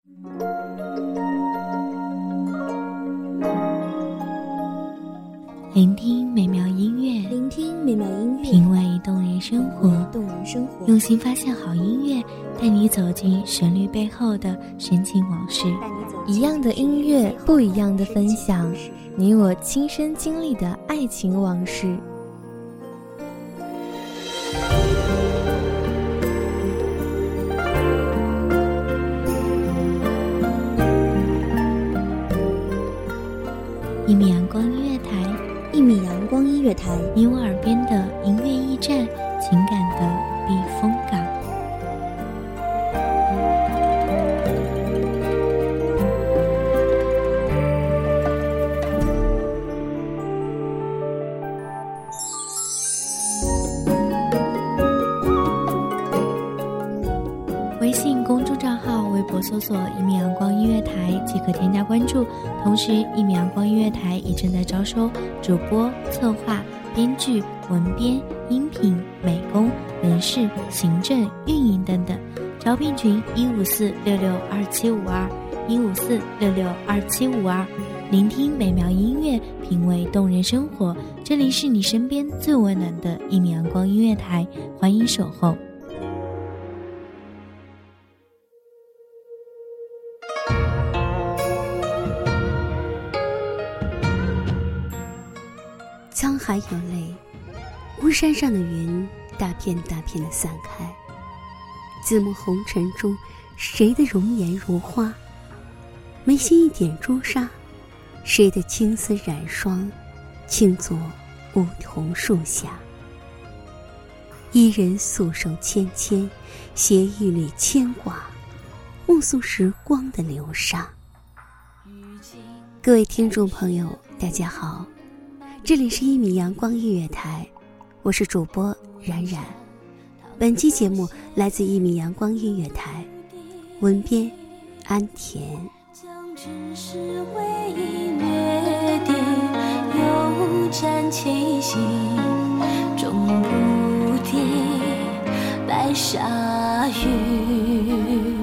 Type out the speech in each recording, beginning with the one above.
聆听美妙音乐，品味动人生活，用心发现好音乐，带你走进旋律背后的深情往事。 一样的音乐，不一样的分享，你我亲身经历的爱情往事。 一米阳光音乐台， 一米阳光音乐台， 你我耳边的音乐驿站，情感的避风港。微信公众账号、微博搜索一米阳光音乐台即可添加关注。同时，一米阳光音乐台也正在招收主播、策划、编剧、文编、音频、美工、人事、行政、运营等等。招聘群154662752，154662752。聆听美妙音乐，品味动人生活。这里是你身边最温暖的一米阳光音乐台，欢迎守候。 沧海有泪，巫山上的云大片大片地散开。紫陌红尘中，谁的容颜如花？眉心一点朱砂，谁的青丝染霜，倾作梧桐树下。一人素手纤纤，携一缕牵挂，目送时光的流沙。各位听众朋友，大家好，这里是一米阳光音乐台，我是主播冉冉。本期节目来自一米阳光音乐台，文编安田。 将只是唯一约定，有盏七星终不敌白沙雨。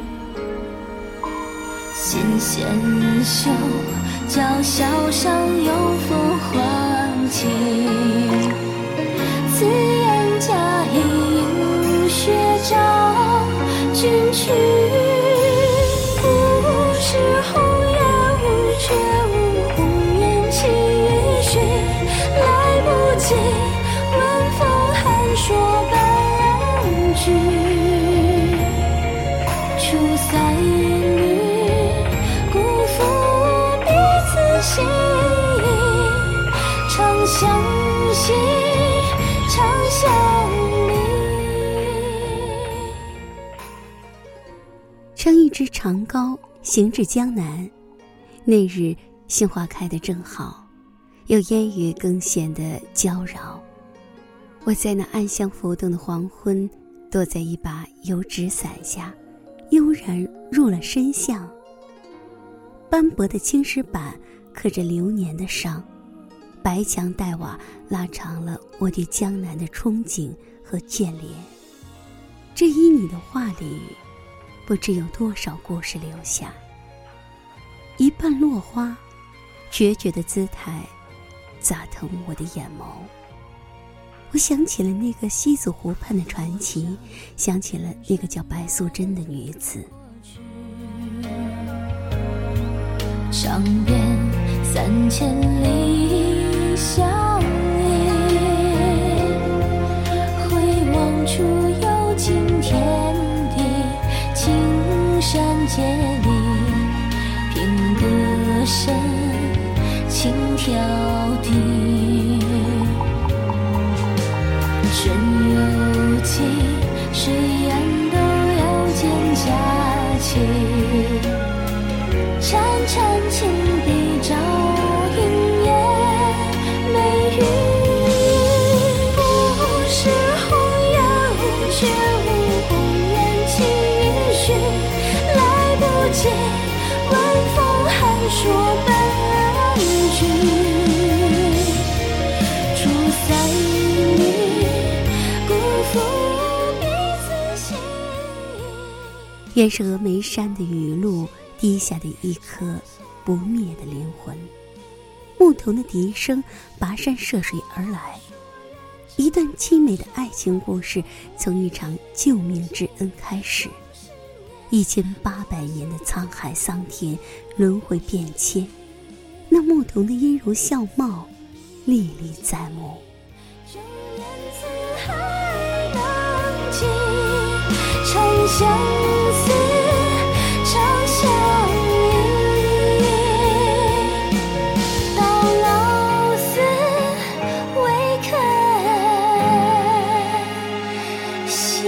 心纤袖，娇笑上有幅黄旗，此言佳音血照君躯。不是红颜无却无红颜弃于绪，来不及闻风寒说半句。出塞女辜负彼此心意，长相惜，长相离。 撑一支长篙行至江南，那日杏花开得正好，有烟雨更显得娇娆。我在那暗香浮动的黄昏，躲在一把油纸伞下，悠然入了深巷。斑驳的青石板刻着流年的伤，白墙黛瓦拉长了我对江南的憧憬和眷恋。这旖旎的画里，不知有多少故事留下。一半落花，决绝的姿态砸疼我的眼眸。我想起了那个西子湖畔的传奇，想起了那个叫白素贞的女子。 上边3000里相依，回望处有尽天地，青山接力，平歌声轻挑剔。春有情，谁人都有件佳期，潺潺情笔照映夜美玉。不是红颜无却无红颜弃于绪，来不及闻风寒说半句。出塞女辜负彼此心意。 原是峨眉山的雨露滴下的一颗不灭的灵魂。牧童的笛声跋山涉水而来，一段凄美的爱情故事从一场救命之恩开始。1800年的沧海桑田，轮回变迁，那牧童的音如笑貌，历历在目。 长相思，长相依，到老死未肯息。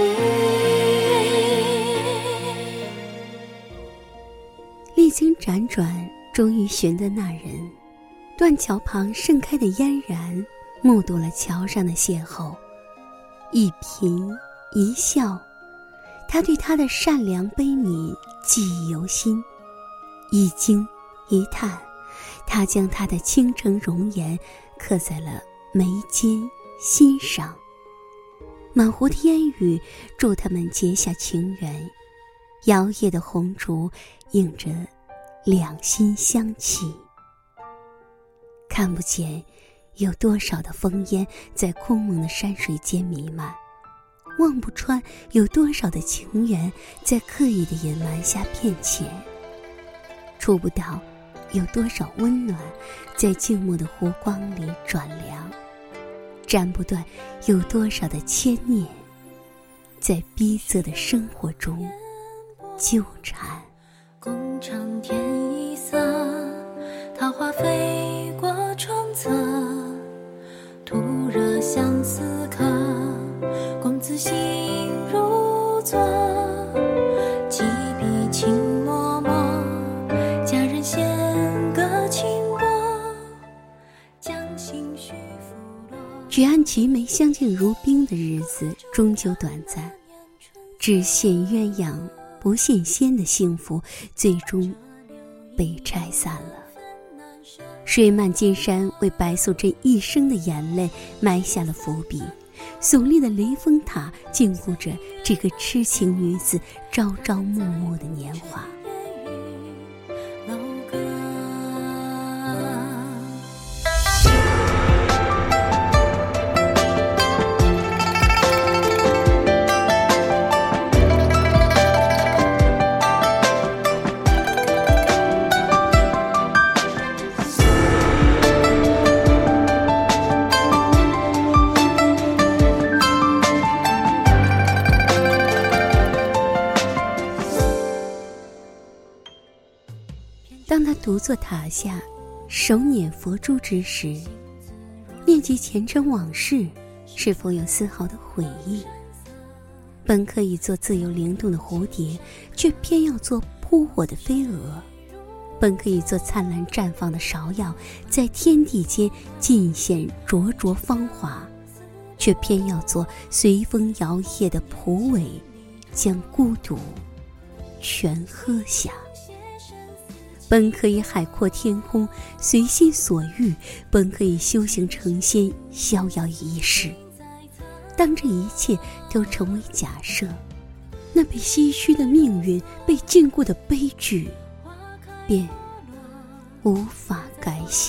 历经辗转，终于寻得那人。断桥旁盛开的嫣然，目睹了桥上的邂逅，一颦一笑，他对她的善良悲悯记忆犹新。一惊一叹，他将她的倾城容颜刻在了眉间心上。满湖的烟雨祝他们结下情缘，摇曳的红烛映着两心相契。看不见有多少的烽烟在空蒙的山水间弥漫，望不穿有多少的情缘在刻意的隐瞒下骗钱，触不到有多少温暖在静默的湖光里转凉，斩不断有多少的牵念在逼仄的生活中纠缠。 共长天一色，桃花飞过窗侧，徒惹相思客，公子心如昨。几笔情脉脉，佳人弦歌轻拨，将心绪拂落。 只按菊梅相敬如宾的日子终究短暂，只羡鸳鸯不羡仙的幸福最终被拆散了。水漫金山为白素贞一生的眼泪埋下了伏笔，耸立的雷峰塔禁锢着这个痴情女子朝朝暮暮的年华。当他独坐塔下，手捻佛珠之时，念及前尘往事，是否有丝毫的悔意？本可以做自由灵动的蝴蝶，却偏要做扑火的飞蛾；本可以做灿烂绽放的芍药，在天地间尽显灼灼芳华，却偏要做随风摇曳的蒲苇，将孤独全喝下。本可以海阔天空，随心所欲，本可以修行成仙，逍遥一世。当这一切都成为假设，那被唏嘘的命运，被禁锢的悲剧，便无法改写。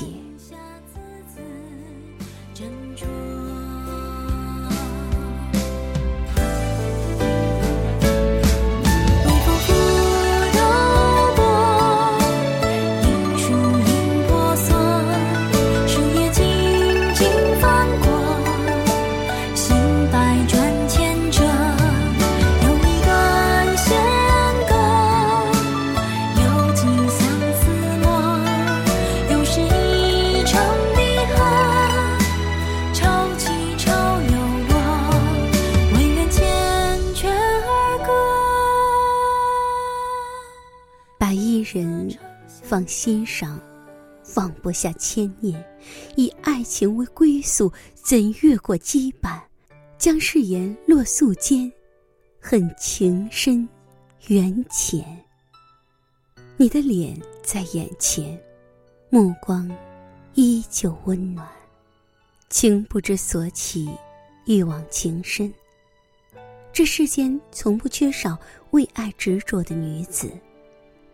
把一人放心上，放不下牵念，以爱情为归宿，怎越过羁绊？将誓言落素笺，恨情深缘浅。你的脸在眼前，目光依旧温暖，情不知所起，一往情深。这世间从不缺少为爱执着的女子，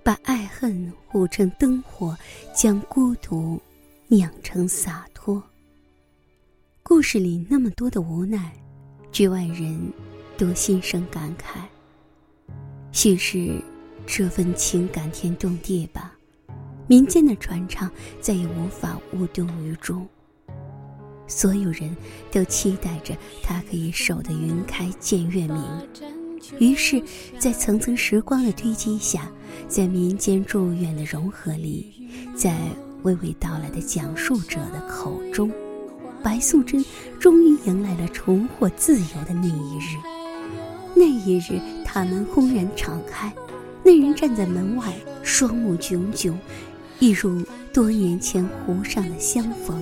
把爱恨舞成灯火，将孤独酿成洒脱。故事里那么多的无奈，局外人都心生感慨。许是这份情感天动地吧，民间的传唱再也无法无动于衷。所有人都期待着它可以守得云开见月明。于是在层层时光的堆积下，在民间祝愿的融合里，在娓娓道来的讲述者的口中，白素贞终于迎来了重获自由的那一日。那一日，塔门轰然敞开，那人站在门外，双目炯炯，一如多年前湖上的相逢。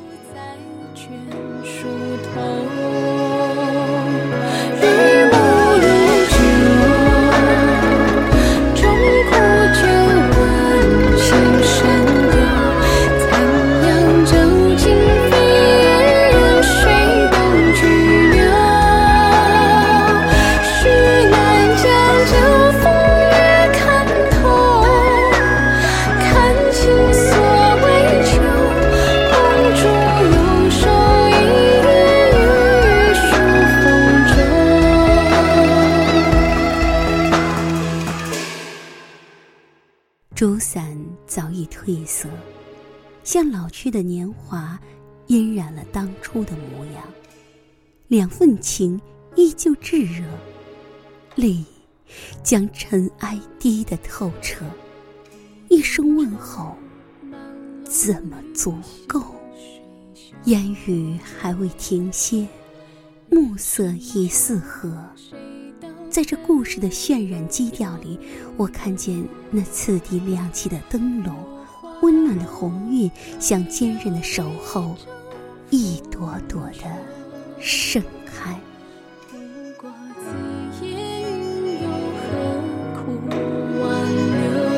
竹伞早已褪色，像老去的年华嫣然了当初的模样。两份情依旧炙热，泪将尘埃滴得透彻。一声问候怎么足够？烟雨还未停歇，暮色已四合。在这故事的渲染基调里，我看见那次第亮起的灯笼，温暖的红晕像坚韧的守候，一朵朵的盛开。 如果此夜云又何苦挽留，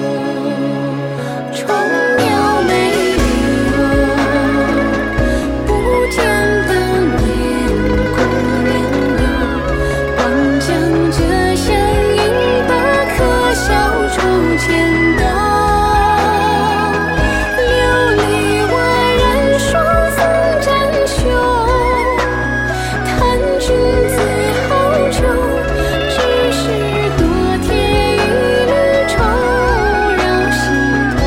虫鸟没留，不见的脸骨人流，望将这相映把可笑抽签刀，琉璃瓦然双峰展袖，看君自好逑，只是多添一缕愁绕心头。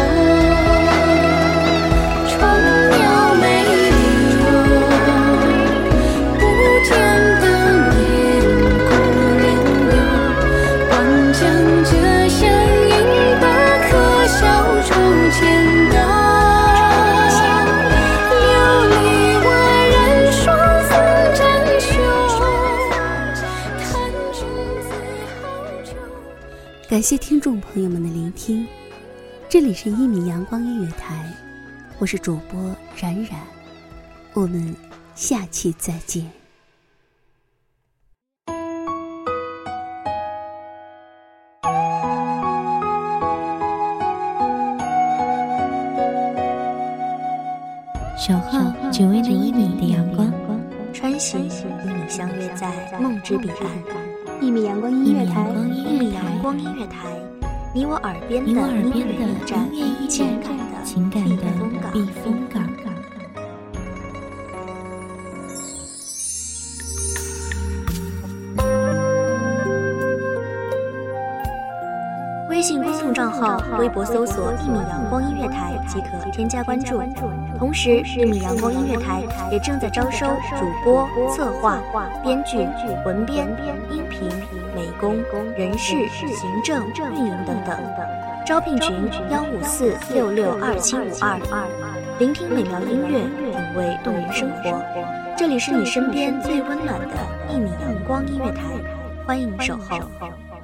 虫鸟没留，不见的脸骨人流，望将这相映把可笑抽签刀，琉璃瓦然双峰展袖，看君自好逑。 感谢听众朋友们的聆听，这里是1米阳光音乐台，我是主播冉冉，我们下期再见。 守候只为那1米的阳光， 穿行与你相约在梦之彼岸。1米阳光音乐台，1米阳光音乐台，你我耳边的音乐驿站，情感的避风港。微信公众账号、微博搜索“1米阳光音乐台”即可添加关注。同时，1米阳光音乐台也正在招收主播、策划、编剧、文编、音频、美工、人事、行政、运营等等。招聘群154662752。聆听美妙音乐，品味动人生活。这里是你身边最温暖的1米阳光音乐台，欢迎守候。